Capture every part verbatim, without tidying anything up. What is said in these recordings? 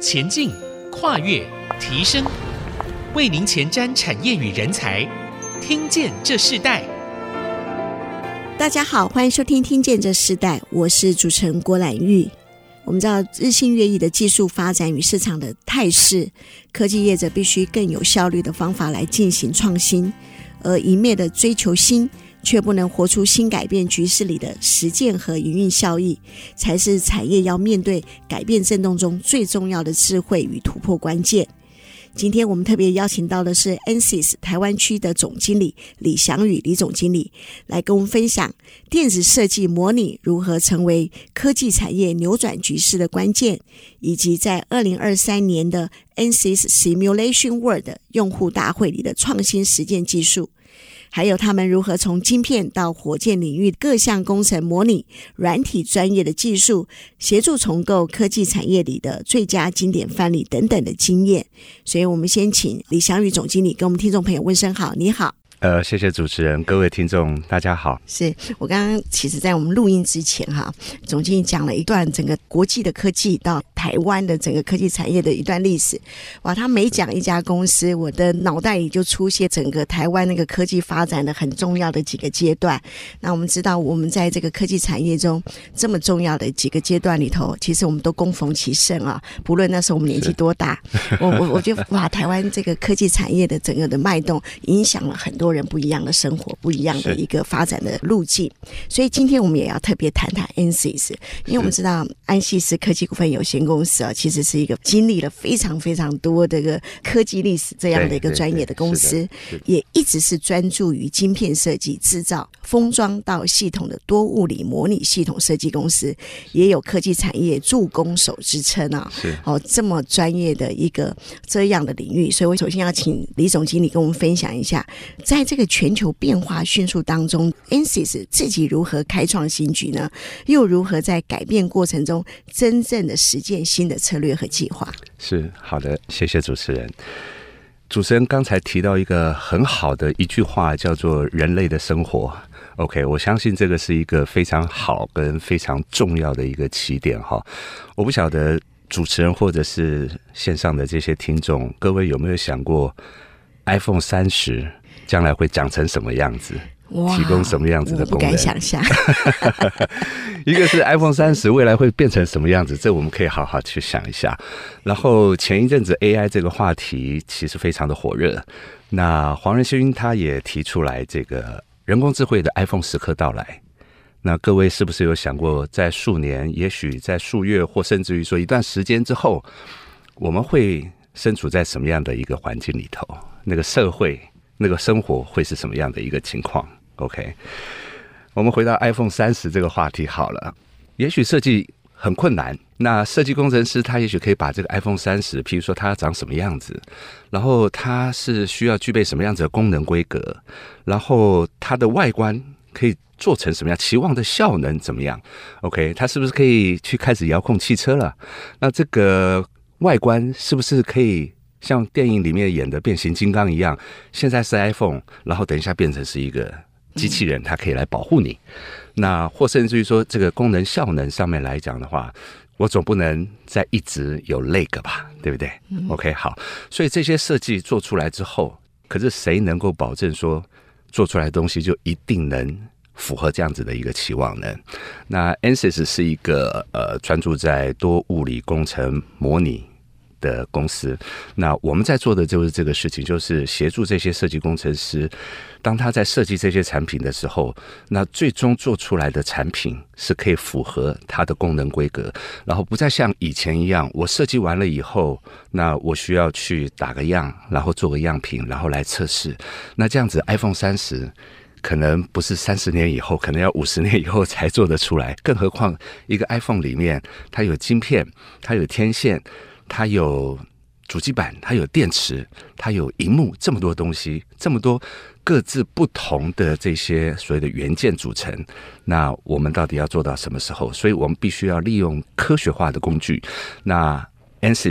前进、跨越、提升，为您前瞻产业与人才，听见这世代。 大家好，欢迎收听听见这世代，我是主持人郭兰玉。我们知道日新月异的技术发展与市场的态势，科技业者必须更有效率的方法来进行创新，而一昧的追求新，却不能活出新改变局势里的实践和营运效益，才是产业要面对改变震动中最重要的智慧与突破关键。今天我们特别邀请到的是 A N S Y S 台湾区的总经理李祥宇李总经理，来跟我们分享电子设计模拟如何成为科技产业扭转局势的关键，以及在二零二三年的 A N S Y S Simulation World 用户大会里的创新实践技术，还有他们如何从晶片到火箭领域各项工程模拟、软体专业的技术，协助重构科技产业里的最佳经典范例等等的经验。所以我们先请李祥宇总经理跟我们听众朋友问声好。你好。 呃，谢谢主持人，各位听众大家好。 是我刚刚其实在我们录音之前哈，总经理讲了一段整个国际的科技到台湾的整个科技产业的一段历史。哇，他每讲一家公司，我的脑袋里就出现整个台湾那个科技发展的很重要的几个阶段。那我们知道我们在这个科技产业中这么重要的几个阶段里头，其实我们都恭逢其盛啊，不论那时候我们年纪多大，我我我觉得哇，台湾这个科技产业的整个的脉动影响了很多人不一样的生活，不一样的一个发展的路径。所以今天我们也要特别谈谈 A N S Y S， 因为我们知道安系斯科技股份有限公司啊，其实是一个经历了非常非常多的个科技历史这样的一个专业的公司，也一直是专注于晶片设计、制造、封装到系统的多物理模拟系统设计公司，也有科技产业助攻手之称啊。哦，这么专业的一个这样的领域，所以我首先要请李总经理跟我们分享一下，在这个全球变化迅速当中 A N S Y S 自己如何开创新局呢？又如何在改变过程中真正的实践新的策略和计划？ 是，好的，谢谢主持人。主持人刚才提到一个很好的一句话，叫做人类的生活。OK， 我相信这个是一个非常好跟非常重要的一个起点哈。我不晓得主持人或者是线上的这些听众，各位有没有想过 iPhone 三十将来会长成什么样子，提供什么样子的功能？我不敢想象。一个是 iPhone 三十未来会变成什么样子，这我们可以好好去想一下。然后前一阵子 A I 这个话题其实非常的火热，那黄仁勋他也提出来这个人工智慧的 iPhone 时刻到来。那各位是不是有想过，在数年，也许在数月，或甚至于说一段时间之后，我们会身处在什么样的一个环境里头？那个社会那个生活会是什么样的一个情况 ？OK， 我们回到 iPhone 三十这个话题好了。也许设计很困难，那设计工程师他也许可以把这个 iPhone 三十，譬如说它长什么样子，然后它是需要具备什么样子的功能规格，然后它的外观可以做成什么样，期望的效能怎么样 ？OK， 它是不是可以去开始遥控汽车了？那这个外观是不是可以像电影里面演的变形金刚一样，现在是 iPhone， 然后等一下变成是一个机器人，它可以来保护你。那或甚至于说这个功能效能上面来讲的话，我总不能再一直有 lag 吧，对不对、嗯、OK， 好，所以这些设计做出来之后，可是谁能够保证说做出来的东西就一定能符合这样子的一个期望呢？那 A N S Y S 是一个呃专注在多物理工程模拟的公司，那我们在做的就是这个事情，就是协助这些设计工程师，当他在设计这些产品的时候，那最终做出来的产品是可以符合它的功能规格，然后不再像以前一样，我设计完了以后，那我需要去打个样，然后做个样品，然后来测试。那这样子 iPhone 三十可能不是三十年以后，可能要五十年以后才做得出来，更何况一个 iPhone 里面它有晶片，它有天线，它有主机板，它有电池，它有萤幕，这么多东西，这么多各自不同的这些所谓的元件组成，那我们到底要做到什么时候？所以我们必须要利用科学化的工具。那 A N S Y S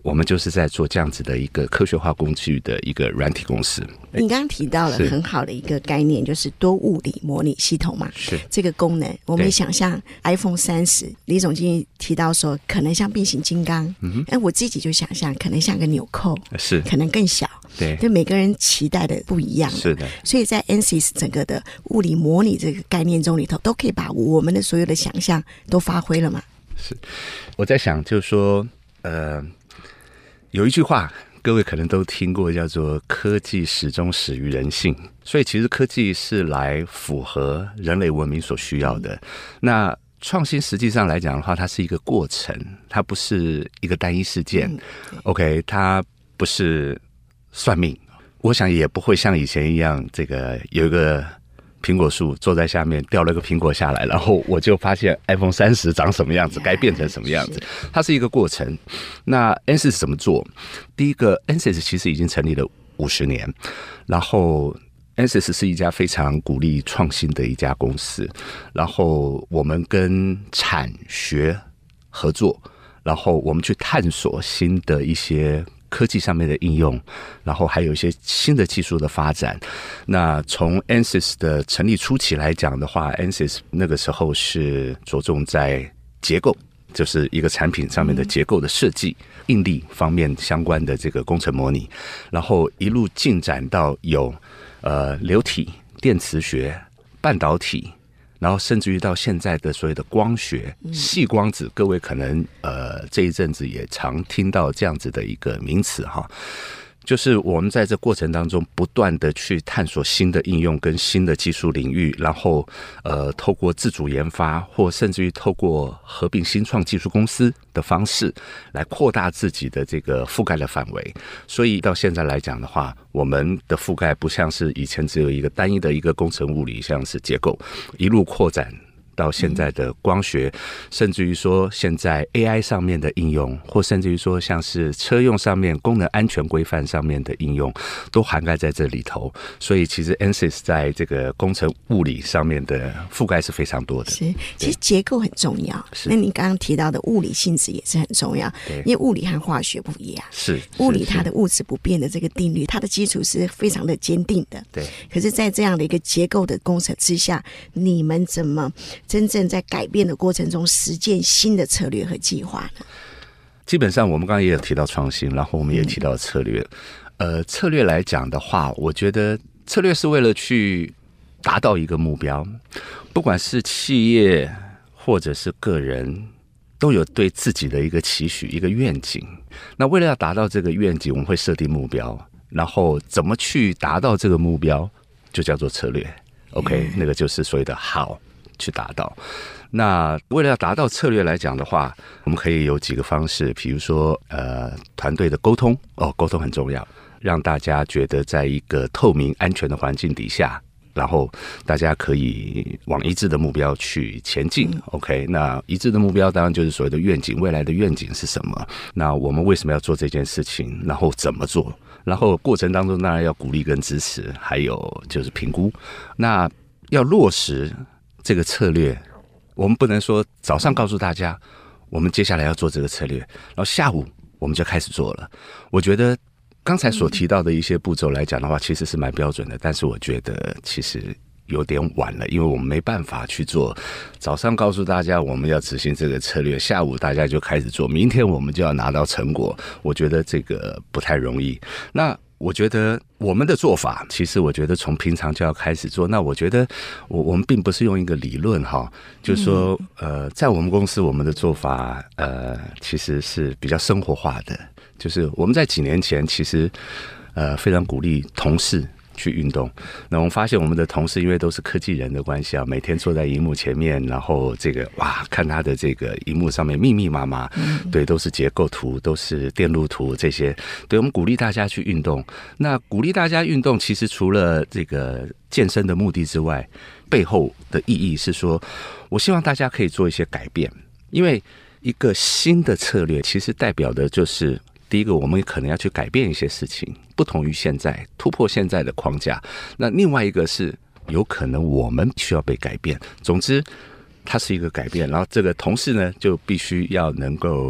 我们就是在做这样子的一个科学化工具的一个软体公司。 你刚刚提到了很好的一个概念，就是多物理模拟系统嘛。 是这个功能，我们想象 iPhone 三十，李总经理提到说可能像变形金刚，嗯，我自己就想象可能像个纽扣， 是可能更小。 对， 就每个人期待的不一样。 是的， 所以在 A N S Y S 整个的物理模拟这个概念中里头，都可以把我们的所有的想象都发挥了嘛。 是，我在想就是说，呃，有一句话各位可能都听过，叫做科技始终始于人性，所以其实科技是来符合人类文明所需要的。那创新实际上来讲的话，它是一个过程，它不是一个单一事件。嗯、OK， 它不是算命，我想也不会像以前一样，这个有一个苹果树坐在下面掉了个苹果下来，然后我就发现 iPhone 三十长什么样子，该变成什么样子，它是一个过程。那 A N S Y S 怎么做？第一个 A N S Y S 其实已经成立了五十年，然后 A N S Y S 是一家非常鼓励创新的一家公司，然后我们跟产学合作，然后我们去探索新的一些科技上面的应用，然后还有一些新的技术的发展。那从 A N S Y S 的成立初期来讲的话， A N S Y S 那个时候是着重在结构，就是一个产品上面的结构的设计、应力方面相关的这个工程模拟，然后一路进展到有呃流体、电磁学、半导体，然后甚至于到现在的所谓的光学、细光子，各位可能呃这一阵子也常听到这样子的一个名词哈。就是我们在这过程当中不断的去探索新的应用跟新的技术领域，然后呃透过自主研发或甚至于透过合并新创技术公司的方式来扩大自己的这个覆盖的范围。所以到现在来讲的话，我们的覆盖不像是以前只有一个单一的一个工程物理，像是结构，一路扩展到现在的光学，甚至于说现在 A I 上面的应用，或甚至于说像是车用上面功能安全规范上面的应用，都涵盖在这里头。所以其实 A N S Y S 在这个工程物理上面的覆盖是非常多的。 是，其实结构很重要。那你刚刚提到的物理性质也是很重要，因为物理和化学不一样。 是， 物理它的物质不变的这个定律，它的基础是非常的坚定的。 对。 可是在这样的一个结构的工程之下，你们怎么真正在改变的过程中实践新的策略和计划呢？ 基本上我们刚刚也有提到创新，然后我们也提到策略。嗯、呃，策略来讲的话，我觉得策略是为了去达到一个目标，不管是企业或者是个人，都有对自己的一个期许、一个愿景。那为了要达到这个愿景，我们会设定目标，然后怎么去达到这个目标，就叫做策略。OK， 那个就是所谓的how去达到。那为了要达到策略来讲的话，我们可以有几个方式，比如说呃团队的沟通哦，沟通很重要，让大家觉得在一个透明安全的环境底下，然后大家可以往一致的目标去前进。 OK， 那一致的目标当然就是所谓的愿景，未来的愿景是什么，那我们为什么要做这件事情，然后怎么做，然后过程当中当然要鼓励跟支持，还有就是评估。那要落实这个策略，我们不能说早上告诉大家我们接下来要做这个策略，然后下午我们就开始做了。我觉得刚才所提到的一些步骤来讲的话，其实是蛮标准的，但是我觉得其实有点晚了，因为我们没办法去做早上告诉大家我们要执行这个策略，下午大家就开始做，明天我们就要拿到成果，我觉得这个不太容易。那我觉得我们的做法，其实我觉得从平常就要开始做。那我觉得我我们并不是用一个理论哈，就是说呃，在我们公司我们的做法呃其实是比较生活化的，就是我们在几年前其实呃非常鼓励同事去运动。那我们发现我们的同事因为都是科技人的关系啊，每天坐在荧幕前面，然后这个哇看他的这个荧幕上面密密麻麻，对，都是结构图，都是电路图这些。对，我们鼓励大家去运动。那鼓励大家运动，其实除了这个健身的目的之外，背后的意义是说，我希望大家可以做一些改变，因为一个新的策略其实代表的就是第一个，我们可能要去改变一些事情，不同于现在，突破现在的框架。那另外一个是，有可能我们需要被改变。总之，它是一个改变。然后这个同事呢，就必须要能够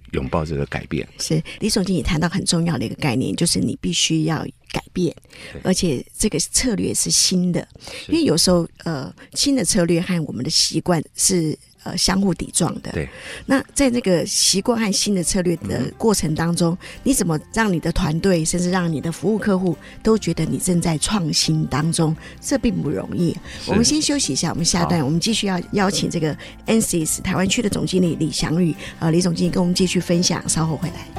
拥抱这个改变。 是李总经理谈到很重要的一个概念，就是你必须要改变，而且这个策略是新的，因为有时候呃新的策略和我们的习惯是呃相互抵撞的。 对， 那在这个习惯和新的策略的过程当中，嗯、你怎么让你的团队，甚至让你的服务客户都觉得你正在创新当中？这并不容易。我们先休息一下，我们下段我们继续要邀请这个 A N S Y S 台湾区的总经理李祥宇，呃，李总经理跟我们继续分享，稍后回来。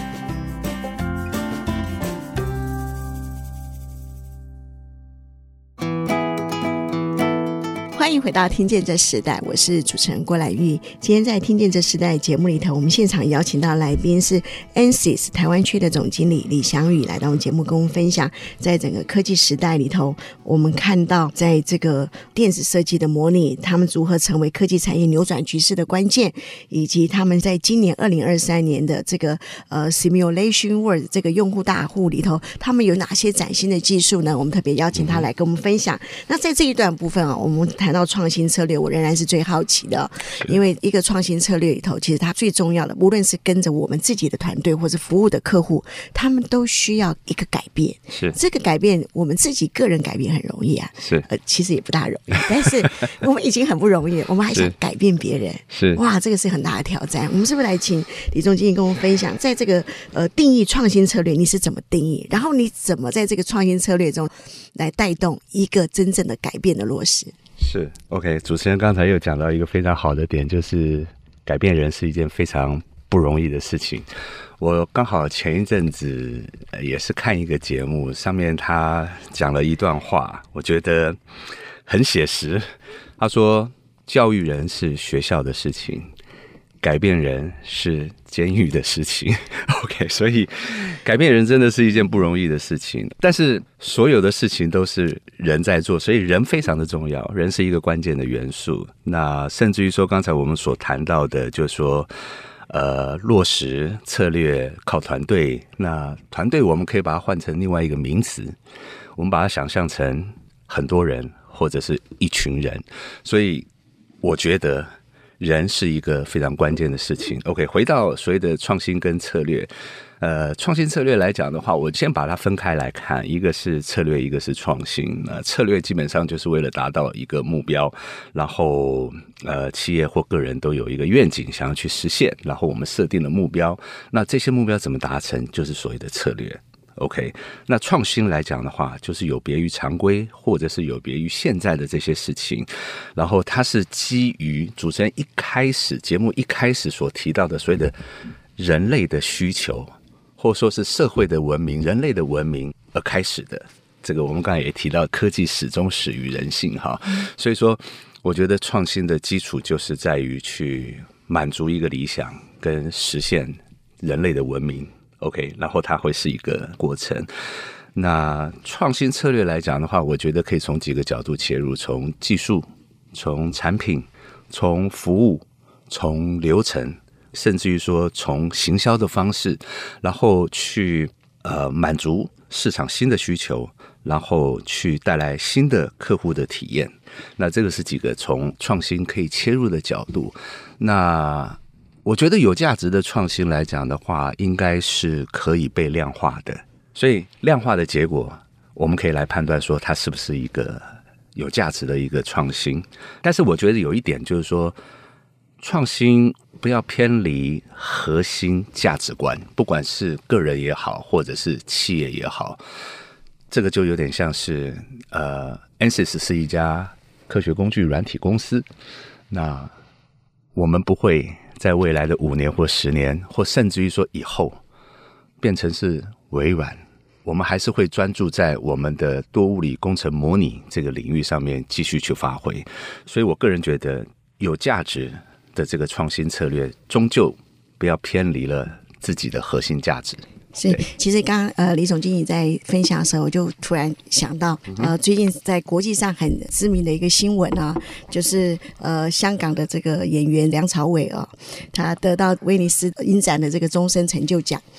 欢迎回到听见这时代，我是主持人郭兰玉。今天在听见这时代节目里头，我们现场邀请到来宾是 A N S Y S 台湾区的总经理李祥宇，来到我们节目跟我们分享，在整个科技时代里头，我们看到在这个电子设计的模拟，他们如何成为科技产业扭转局势的关键，以及他们在今年二零二三年的这个呃 Simulation World 这个用户大户里头，他们有哪些崭新的技术呢？我们特别邀请他来跟我们分享。那在这一段部分啊，我们谈到创新策略，我仍然是最好奇的，因为一个创新策略里头，其实它最重要的，无论是跟着我们自己的团队或是服务的客户，他们都需要一个改变。 是这个改变，我们自己个人改变很容易啊， 是呃，其实也不大容易，但是我们已经很不容易了，我们还想改变别人， 是哇，这个是很大的挑战。我们是不是来请李总经理跟我们分享，在这个呃定义创新策略，你是怎么定义？然后你怎么在这个创新策略中来带动一个真正的改变的落实？ 是 OK， 主持人刚才又讲到一个非常好的点，就是改变人是一件非常不容易的事情。我刚好前一阵子也是看一个节目，上面他讲了一段话，我觉得很写实。他说，教育人是学校的事情，改变人是监狱的事情。OK， 所以改变人真的是一件不容易的事情，但是所有的事情都是人在做，所以人非常的重要，人是一个关键的元素。那甚至于说刚才我们所谈到的，就是说呃，落实策略靠团队，那团队我们可以把它换成另外一个名词，我们把它想象成很多人或者是一群人，所以我觉得人是一个非常关键的事情。 OK， 回到所谓的创新跟策略，呃，创新策略来讲的话，我先把它分开来看，一个是策略，一个是创新。呃，策略基本上就是为了达到一个目标，然后呃，企业或个人都有一个愿景想要去实现，然后我们设定了目标，那这些目标怎么达成，就是所谓的策略。OK， 那创新来讲的话，就是有别于常规，或者是有别于现在的这些事情，然后它是基于主持人一开始节目一开始所提到的所谓的人类的需求，或者说是社会的文明、人类的文明而开始的。这个我们刚才也提到，科技始终始于人性哈，所以说我觉得创新的基础就是在于去满足一个理想跟实现人类的文明。OK， 然后它会是一个过程。那创新策略来讲的话，我觉得可以从几个角度切入，从技术、从产品、从服务、从流程，甚至于说从行销的方式，然后去呃满足市场新的需求，然后去带来新的客户的体验。那这个是几个从创新可以切入的角度。那我觉得有价值的创新来讲的话，应该是可以被量化的，所以量化的结果我们可以来判断说它是不是一个有价值的一个创新。但是我觉得有一点就是说，创新不要偏离核心价值观，不管是个人也好，或者是企业也好，这个就有点像是呃 A N S Y S 是一家科学工具软体公司，那我们不会在未来的五年或十年，或甚至于说以后变成是微软，我们还是会专注在我们的多物理工程模拟这个领域上面继续去发挥。所以我个人觉得有价值的这个创新策略，终究不要偏离了自己的核心价值。 是，其实刚刚呃李总经理在分享的时候，我就突然想到，呃，最近在国际上很知名的一个新闻啊，就是呃香港的这个演员梁朝伟啊，他得到威尼斯影展的这个终身成就奖。 对。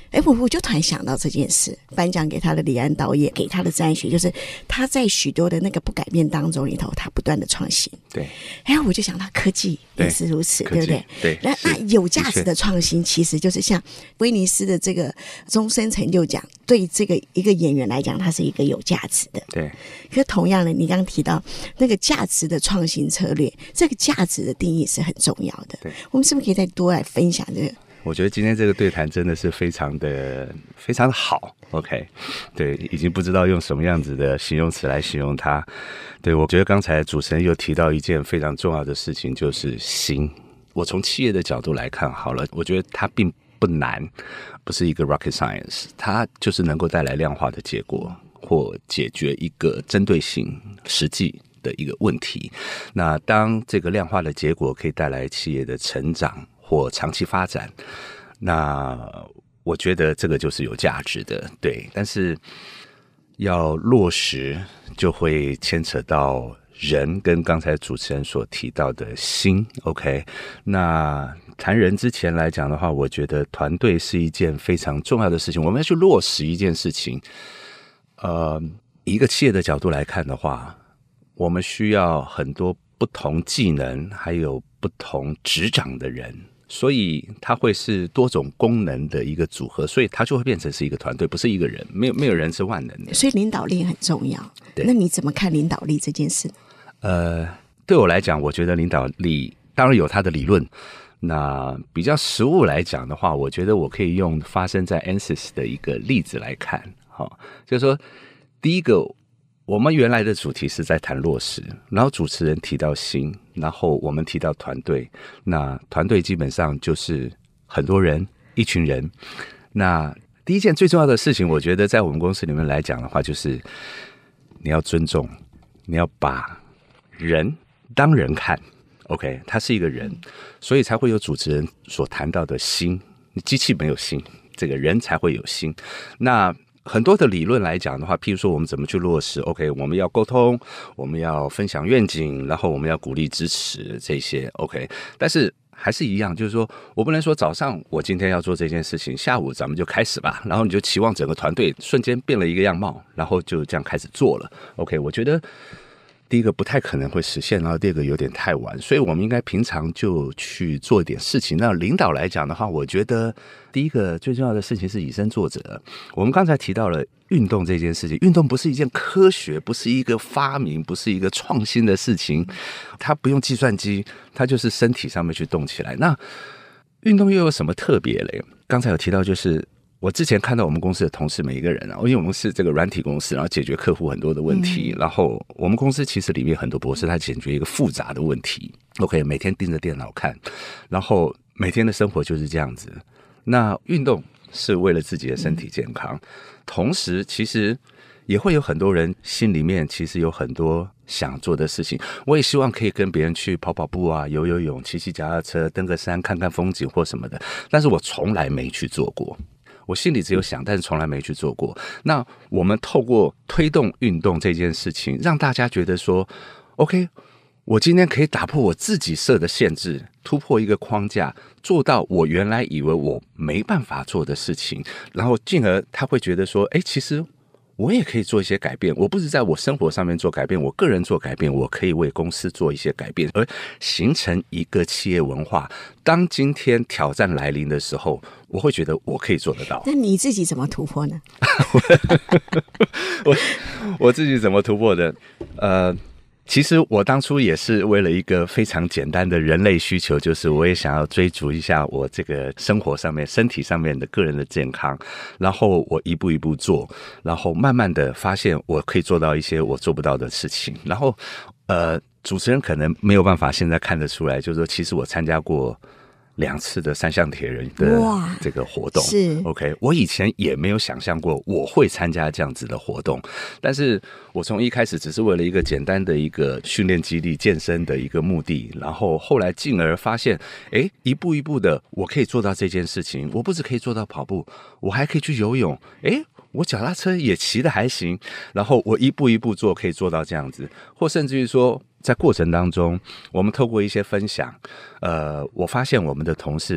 哎，我我就突然想到这件事，颁奖给他的李安导演给他的赞许，就是他在许多的那个不改变当中里头，他不断的创新。 对， 哎，我就想到科技也是如此， 对, 对不对？ 对， 那那有价值的创新，其实就是像威尼斯的这个终身成就奖，对这个一个演员来讲，它是一个有价值的。 对。 可是同样的，你刚刚提到那个价值的创新策略，这个价值的定义是很重要的。 对， 我们是不是可以再多来分享这个？ 我觉得今天这个对谈真的是非常的非常的好 ，OK， 对，已经不知道用什么样子的形容词来形容它。对，我觉得刚才主持人又提到一件非常重要的事情，就是心。我从企业的角度来看好了，我觉得它并不难，不是一个 rocket science， 它就是能够带来量化的结果，或解决一个针对性、实际的一个问题。那当这个量化的结果可以带来企业的成长或长期发展，那我觉得这个就是有价值的。对，但是要落实就会牵扯到人跟刚才主持人所提到的心 OK。 那谈人之前来讲的话，我觉得团队是一件非常重要的事情，我们要去落实一件事情。呃，以一个企业的角度来看的话，我们需要很多不同技能还有不同职掌的人，所以它会是多种功能的一个组合，所以它就会变成是一个团队，不是一个人，没有没有人是万能的。 所以领导力很重要。那你怎么看领导力这件事呢？ 呃，对我来讲，我觉得领导力当然有它的理论。那比较实务来讲的话，我觉得我可以用发生在 A N S Y S 的一个例子来看。好，就是说，第一个，我们原来的主题是在谈落实，然后主持人提到心，然后我们提到团队。那团队基本上就是很多人，一群人。那第一件最重要的事情，我觉得在我们公司里面来讲的话，就是你要尊重，你要把人当人看。OK， 他是一个人，所以才会有主持人所谈到的心。机器没有心，这个人才会有心。那很多的理论来讲的话，譬如说我们怎么去落实 OK， 我们要沟通，我们要分享愿景，然后我们要鼓励支持这些 OK。 但是还是一样，就是说我不能说早上我今天要做这件事情，下午咱们就开始吧，然后你就期望整个团队瞬间变了一个样貌，然后就这样开始做了 OK。 我觉得第一个不太可能会实现，然后第二个有点太晚，所以我们应该平常就去做一点事情。那领导来讲的话，我觉得第一个最重要的事情是以身作则。我们刚才提到了运动这件事情，运动不是一件科学，不是一个发明，不是一个创新的事情，它不用计算机，它就是身体上面去动起来。那运动又有什么特别嘞？刚才有提到就是我之前看到我们公司的同事每一个人啊，因为我们是这个软体公司，然后解决客户很多的问题，嗯、然后我们公司其实里面很多博士他解决一个复杂的问题 ，OK， 每天盯着电脑看，然后每天的生活就是这样子。那运动是为了自己的身体健康，嗯、同时其实也会有很多人心里面其实有很多想做的事情。我也希望可以跟别人去跑跑步啊，游游泳，骑骑脚踏车，登个山，看看风景或什么的，但是我从来没去做过。我心里只有想，但是从来没去做过。那我们透过推动运动这件事情，让大家觉得说 OK， 我今天可以打破我自己设的限制，突破一个框架，做到我原来以为我没办法做的事情，然后进而他会觉得说，哎，其实我也可以做一些改变，我不是在我生活上面做改变，我个人做改变，我可以为公司做一些改变，而形成一个企业文化。当今天挑战来临的时候，我会觉得我可以做得到。 那你自己怎么突破呢？ 我我自己怎么突破的？呃，其实我当初也是为了一个非常简单的人类需求，就是我也想要追逐一下我这个生活上面、身体上面的个人的健康，然后我一步一步做，然后慢慢的发现我可以做到一些我做不到的事情，然后呃，主持人可能没有办法现在看得出来，就是说其实我参加过两次的三项铁人的这个活动， 是 OK。我以前也没有想象过我会参加这样子的活动，但是我从一开始只是为了一个简单的一个训练肌力健身的一个目的，然后后来进而发现，哎，一步一步的我可以做到这件事情。我不只可以做到跑步，我还可以去游泳，哎。我脚踏车也骑得还行，然后我一步一步做，可以做到这样子，或甚至于说，在过程当中，我们透过一些分享，呃，我发现我们的同事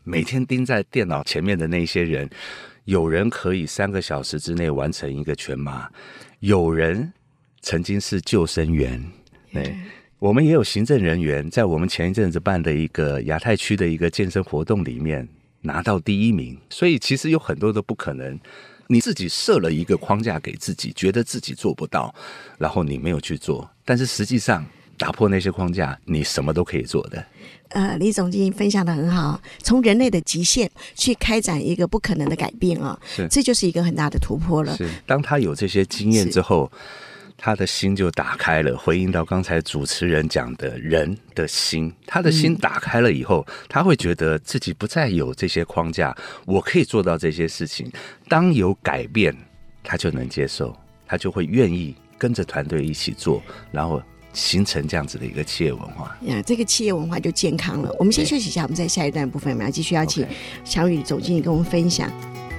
每天盯在电脑前面的那些人，有人可以三个小时之内完成一个全马，有人曾经是救生员，对，我们也有行政人员，在我们前一阵子办的一个亚太区的一个健身活动里面拿到第一名，所以其实有很多的不可能。你自己设了一个框架给自己，觉得自己做不到，然后你没有去做，但是实际上打破那些框架，你什么都可以做的。 呃，李总经理分享的很好，从人类的极限去开展一个不可能的改变啊，这就是一个很大的突破了。 是，当他有这些经验之后，他的心就打开了，回应到刚才主持人讲的人的心，他的心打开了以后，嗯、他会觉得自己不再有这些框架，我可以做到这些事情。当有改变，他就能接受，他就会愿意跟着团队一起做，然后形成这样子的一个企业文化。 呀，这个企业文化就健康了。我们先休息一下，我们在下一段部分我们要继续邀请小雨总经理跟我们分享。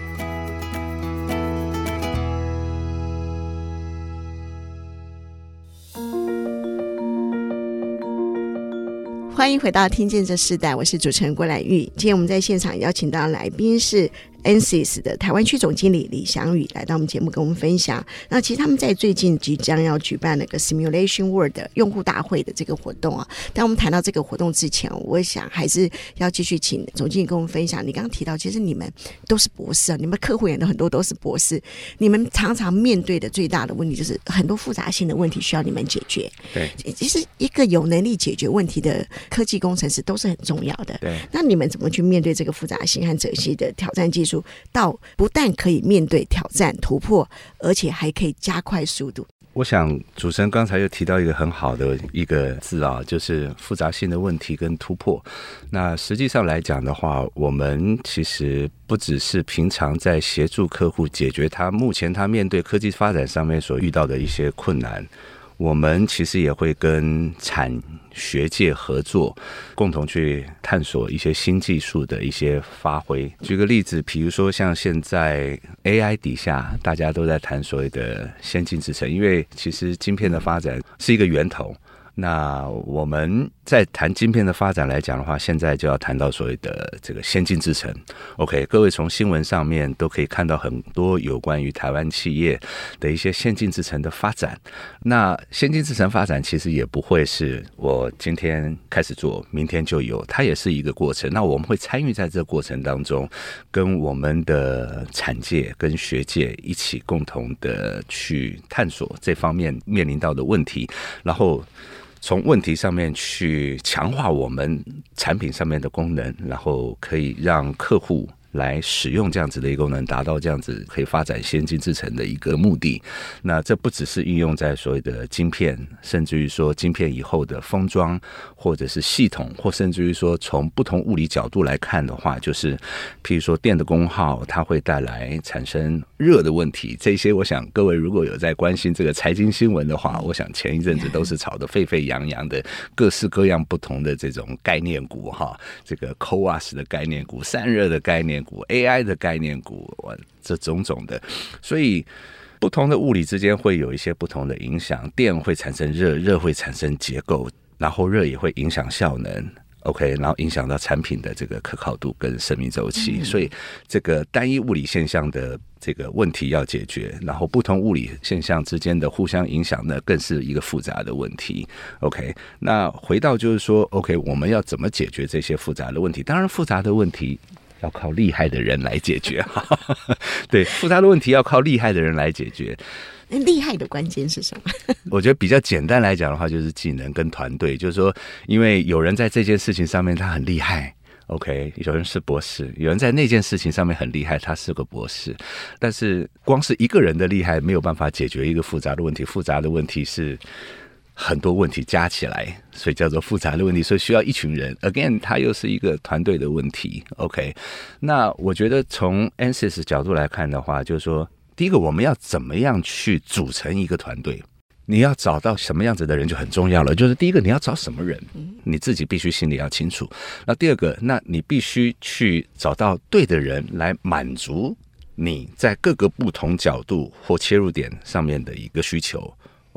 欢迎回到听见这世代，我是主持人郭兰玉。今天我们在现场邀请到来宾是 A N S Y S 的台湾区总经理李祥宇来到我们节目跟我们分享。那其实他们在最近即将要举办那个 Simulation World 用户大会的这个活动啊。但我们谈到这个活动之前，我想还是要继续请总经理跟我们分享。你刚刚提到，其实你们都是博士啊，你们客户也很多都是博士，你们常常面对的最大的问题就是很多复杂性的问题需要你们解决。 对， 其实一个有能力解决问题的科技工程师都是很重要的。 对， 那你们怎么去面对这个复杂性和哲学的挑战技术？到不但可以面对挑战突破，而且还可以加快速度。 我想主持人刚才又提到一个很好的一个字啊，就是复杂性的问题跟突破。那实际上来讲的话，我们其实不只是平常在协助客户解决他目前他面对科技发展上面所遇到的一些困难，我们其实也会跟产学界合作，共同去探索一些新技术的一些发挥。举个例子，比如说像现在 A I 底下大家都在谈所谓的先进制程，因为其实晶片的发展是一个源头。那我们在谈晶片的发展来讲的话，现在就要谈到所谓的这个先进制程。OK， 各位从新闻上面都可以看到很多有关于台湾企业的一些先进制程的发展。那先进制程发展其实也不会是我今天开始做，明天就有，它也是一个过程。那我们会参与在这个过程当中，跟我们的产界跟学界一起共同的去探索这方面面临到的问题，然后从问题上面去强化我们产品上面的功能，然后可以让客户来使用这样子的一个功能，达到这样子可以发展先进制程的一个目的。那这不只是应用在所谓的晶片，甚至于说晶片以后的封装，或者是系统，或甚至于说从不同物理角度来看的话，就是譬如说电的功耗，它会带来产生热的问题。这些我想各位如果有在关心这个财经新闻的话，我想前一阵子都是炒得沸沸扬扬的各式各样不同的这种概念股哈，这个 C O A S 的概念股、散热的概念股、A I 的概念股，这种种的。所以不同的物理之间会有一些不同的影响，电会产生热，热会产生结构，然后热也会影响效能。OK， 然后影响到产品的这个可靠度跟生命周期，所以这个单一物理现象的这个问题要解决，然后不同物理现象之间的互相影响呢，更是一个复杂的问题。OK， 那回到就是说 ，OK， 我们要怎么解决这些复杂的问题？当然，复杂的问题要靠厉害的人来解决。对，复杂的问题要靠厉害的人来解决。 厉害的关键是什么？ 我觉得比较简单来讲的话，就是技能跟团队。就是说，因为有人在这件事情上面他很厉害 ，OK， 有人是博士，有人在那件事情上面很厉害，他是个博士。但是光是一个人的厉害没有办法解决一个复杂的问题，复杂的问题是很多问题加起来，所以叫做复杂的问题，所以需要一群人。Again， 它又是一个团队的问题。OK， 那我觉得从 A N S Y S 角度来看的话，就是说，第一个，我们要怎么样去组成一个团队？你要找到什么样子的人就很重要了。就是第一个，你要找什么人，你自己必须心里要清楚。那第二个，那你必须去找到对的人来满足你在各个不同角度或切入点上面的一个需求。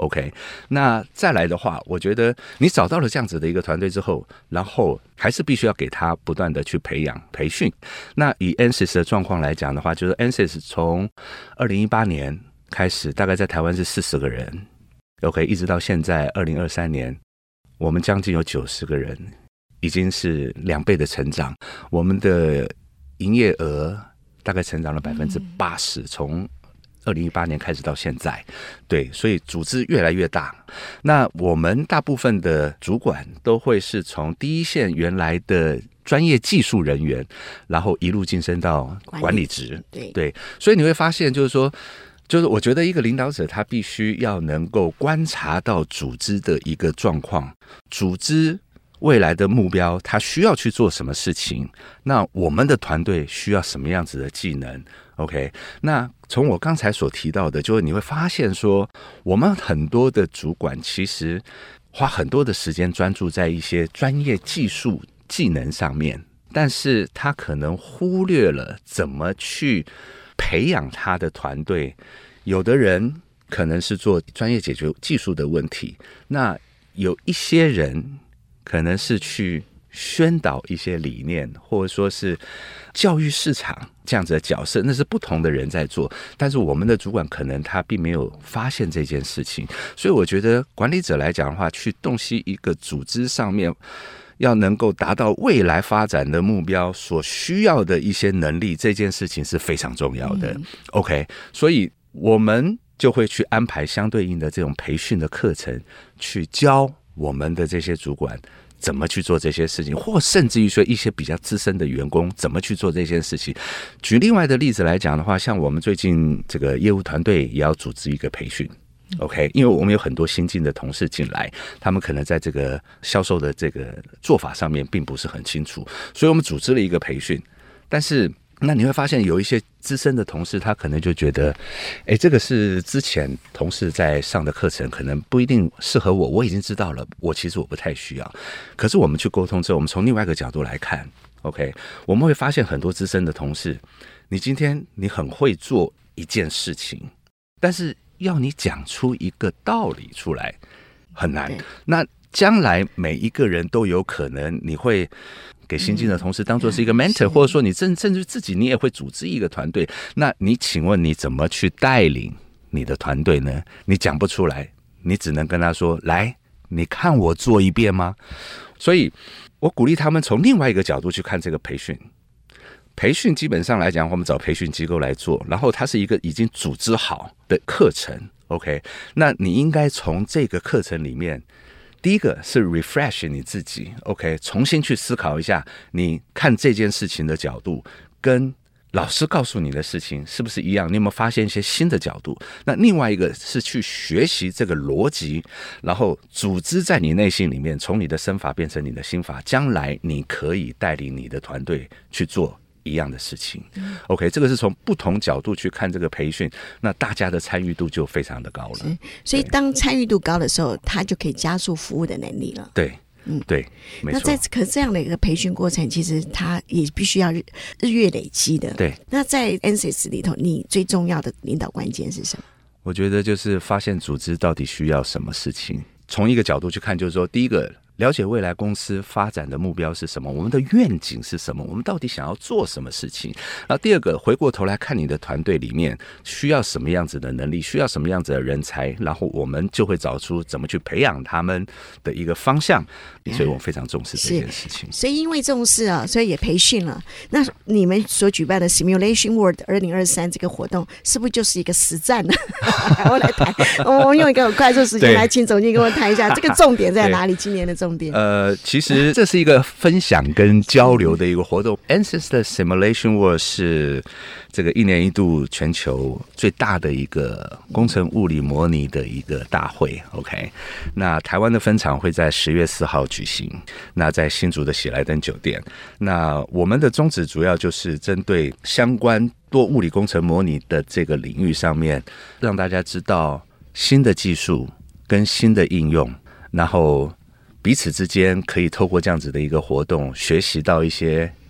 OK， 那再来的话，我觉得你找到了这样子的一个团队之后，然后还是必须要给他不断的去培养培训。那以 A N S Y S 的状况来讲的话，就是 A N S Y S 从二零一八年开始，大概在台湾是四十个人 ，OK， 一直到现在二零二三年，我们将近有九十个人，已经是两倍的成长。我们的营业额大概成长了百分之八十，从二零一八年开始到现在，对，所以组织越来越大。那我们大部分的主管都会是从第一线原来的专业技术人员，然后一路晋升到管理职， 对对，所以你会发现，就是说，就是我觉得一个领导者他必须要能够观察到组织的一个状况，组织未来的目标，他需要去做什么事情？那我们的团队需要什么样子的技能 ？OK， 那从我刚才所提到的，就是你会发现说，我们很多的主管其实花很多的时间专注在一些专业技术技能上面，但是他可能忽略了怎么去培养他的团队。有的人可能是做专业解决技术的问题，那有一些人可能是去宣导一些理念，或者说是教育市场这样子的角色，那是不同的人在做，但是我们的主管可能他并没有发现这件事情。所以我觉得管理者来讲的话，去洞悉一个组织上面要能够达到未来发展的目标所需要的一些能力，这件事情是非常重要的、嗯、OK， 所以我们就会去安排相对应的这种培训的课程，去教我们的这些主管怎么去做这些事情，或甚至于说一些比较资深的员工怎么去做这件事情。举另外的例子来讲的话，像我们最近这个业务团队也要组织一个培训 OK， 因为我们有很多新进的同事进来，他们可能在这个销售的这个做法上面并不是很清楚，所以我们组织了一个培训。但是那你会发现有一些资深的同事，他可能就觉得哎，这个是之前同事在上的课程，可能不一定适合我，我已经知道了，我其实我不太需要。可是我们去沟通之后，我们从另外一个角度来看 OK， 我们会发现很多资深的同事，你今天你很会做一件事情，但是要你讲出一个道理出来很难。那将来每一个人都有可能你会给新进的同事当作是一个 mentor、嗯、或者说你甚至自己你也会组织一个团队，那你请问你怎么去带领你的团队呢？你讲不出来，你只能跟他说，来，你看我做一遍吗？所以我鼓励他们从另外一个角度去看这个培训。培训基本上来讲，我们找培训机构来做，然后它是一个已经组织好的课程 OK， 那你应该从这个课程里面，第一个是 refresh 你自己 OK， 重新去思考一下你看这件事情的角度跟老师告诉你的事情是不是一样，你有没有发现一些新的角度。那另外一个是去学习这个逻辑，然后组织在你内心里面，从你的身法变成你的心法，将来你可以带领你的团队去做一样的事情 OK， 这个是从不同角度去看这个培训，那大家的参与度就非常的高了。 所以当参与度高的时候，它就可以加速服务的能力了。 对，嗯，对，没错。 那在可这样的一个培训过程，其实它也必须要 日, 日月累积的。 对。 那在 A N S Y S 里头，你最重要的领导关键是什么？ 我觉得就是发现组织到底需要什么事情。从一个角度去看，就是说，第一个，了解未来公司发展的目标是什么，我们的愿景是什么，我们到底想要做什么事情。然后第二个，回过头来看你的团队里面需要什么样子的能力，需要什么样子的人才，然后我们就会找出怎么去培养他们的一个方向。所以我非常重视这件事情。 所以因为重视啊，所以也培训了。那你们所举办的 Simulation World 二零二三这个活动，是不是就是一个实战呢？我来谈，我们用一个快速时间来请总经理跟我谈一下，这个重点在哪里？今年的重点？ 呃，其实这是一个分享跟交流的一个活动。A N S Y S 的 Simulation World 是这个一年一度全球最大的一个工程物理模拟的一个大会 OK， 那台湾的分场会在十月四号举行，那在新竹的喜来登酒店。那我们的宗旨主要就是针对相关多物理工程模拟的这个领域上面，让大家知道新的技术跟新的应用，然后彼此之间可以透过这样子的一个活动学习到一些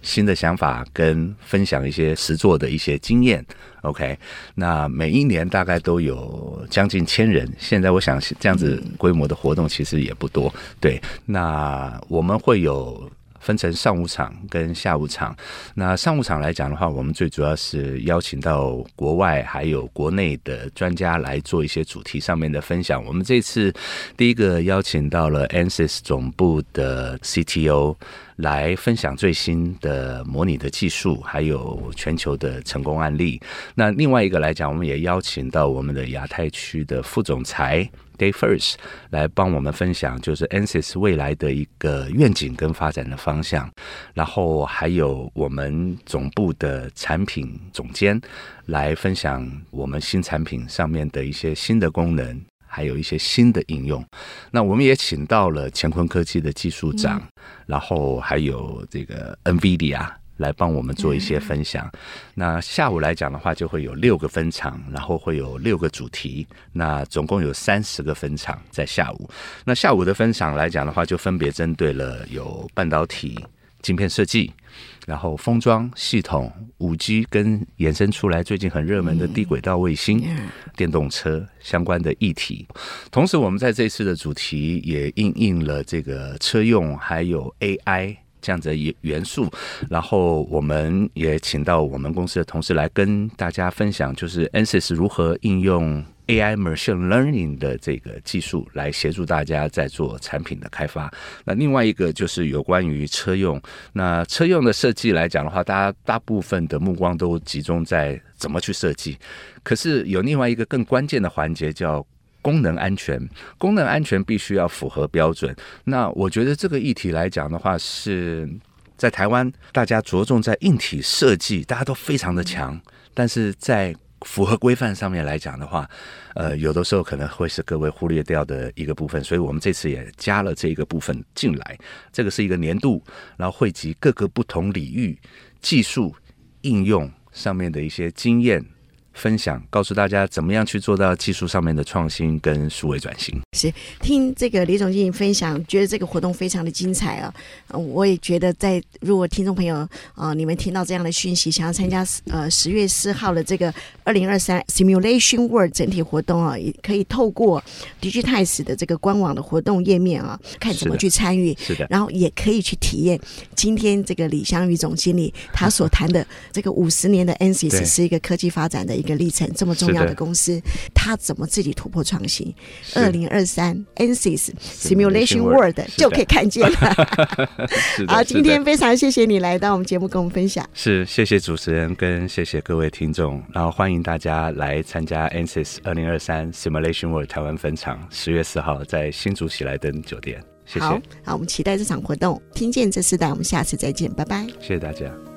新的想法跟分享一些实作的一些经验。OK， 那每一年大概都有将近千人，现在我想这样子规模的活动其实也不多。对，那我们会有分成上午场跟下午场。那上午场来讲的话，我们最主要是邀请到国外还有国内的专家来做一些主题上面的分享。我们这次第一个邀请到了 A N S Y S 总部的 C T O 来分享最新的模拟的技术，还有全球的成功案例。那另外一个来讲，我们也邀请到我们的亚太区的副总裁Dave First 来帮我们分享，就是 A N S Y S 未来的一个愿景跟发展的方向。然后还有我们总部的产品总监来分享我们新产品上面的一些新的功能，还有一些新的应用。那我们也请到了乾坤科技的技术长，嗯、然后还有这个 NVIDIA 来帮我们做一些分享。嗯、那下午来讲的话，就会有六个分场，然后会有六个主题，那总共有三十个分场在下午。那下午的分场来讲的话，就分别针对了有半导体、晶片设计，然后封装系统、五 G 跟延伸出来最近很热门的低轨道卫星、嗯、电动车相关的议题。同时我们在这次的主题也因应了这个车用还有 A I 这样子的元素，然后我们也请到我们公司的同事来跟大家分享，就是 A N S Y S 如何应用A I Machine Learning 的这个技术来协助大家在做产品的开发。那另外一个就是有关于车用，那车用的设计来讲的话，大家大部分的目光都集中在怎么去设计，可是有另外一个更关键的环节叫功能安全，功能安全必须要符合标准。那我觉得这个议题来讲的话，是在台湾大家着重在硬体设计，大家都非常的强，但是在符合规范上面来讲的话，呃，有的时候可能会是各位忽略掉的一个部分，所以我们这次也加了这个部分进来。这个是一个年度，然后汇集各个不同领域技术应用上面的一些经验分享，告诉大家怎么样去做到技术上面的创新跟数位转型。 是听这个李总经理分享，觉得这个活动非常的精彩啊！呃、我也觉得在如果听众朋友啊、呃，你们听到这样的讯息，想要参加呃十月四号的这个二零二三 Simulation World 整体活动啊，也可以透过 Digitize 的这个官网的活动页面啊，看怎么去参与。 是的， 然后也可以去体验今天这个李湘宇总经理他所谈的这个五十年的 A N S Y S 是一个科技发展的一个历程，这么重要的公司，他怎么自己突破创新？二零二三 A N S Y S Simulation World 就可以看见了。好，今天非常谢谢你来到我们节目跟我们分享。 是，谢谢主持人跟谢谢各位听众，然后欢迎大家来参加 A N S Y S 二零二三 Simulation World 台湾分场，十月四号在新竹喜来登酒店。谢谢。 好，好，我们期待这场活动，听见这世代，我们下次再见，拜拜。 谢谢大家。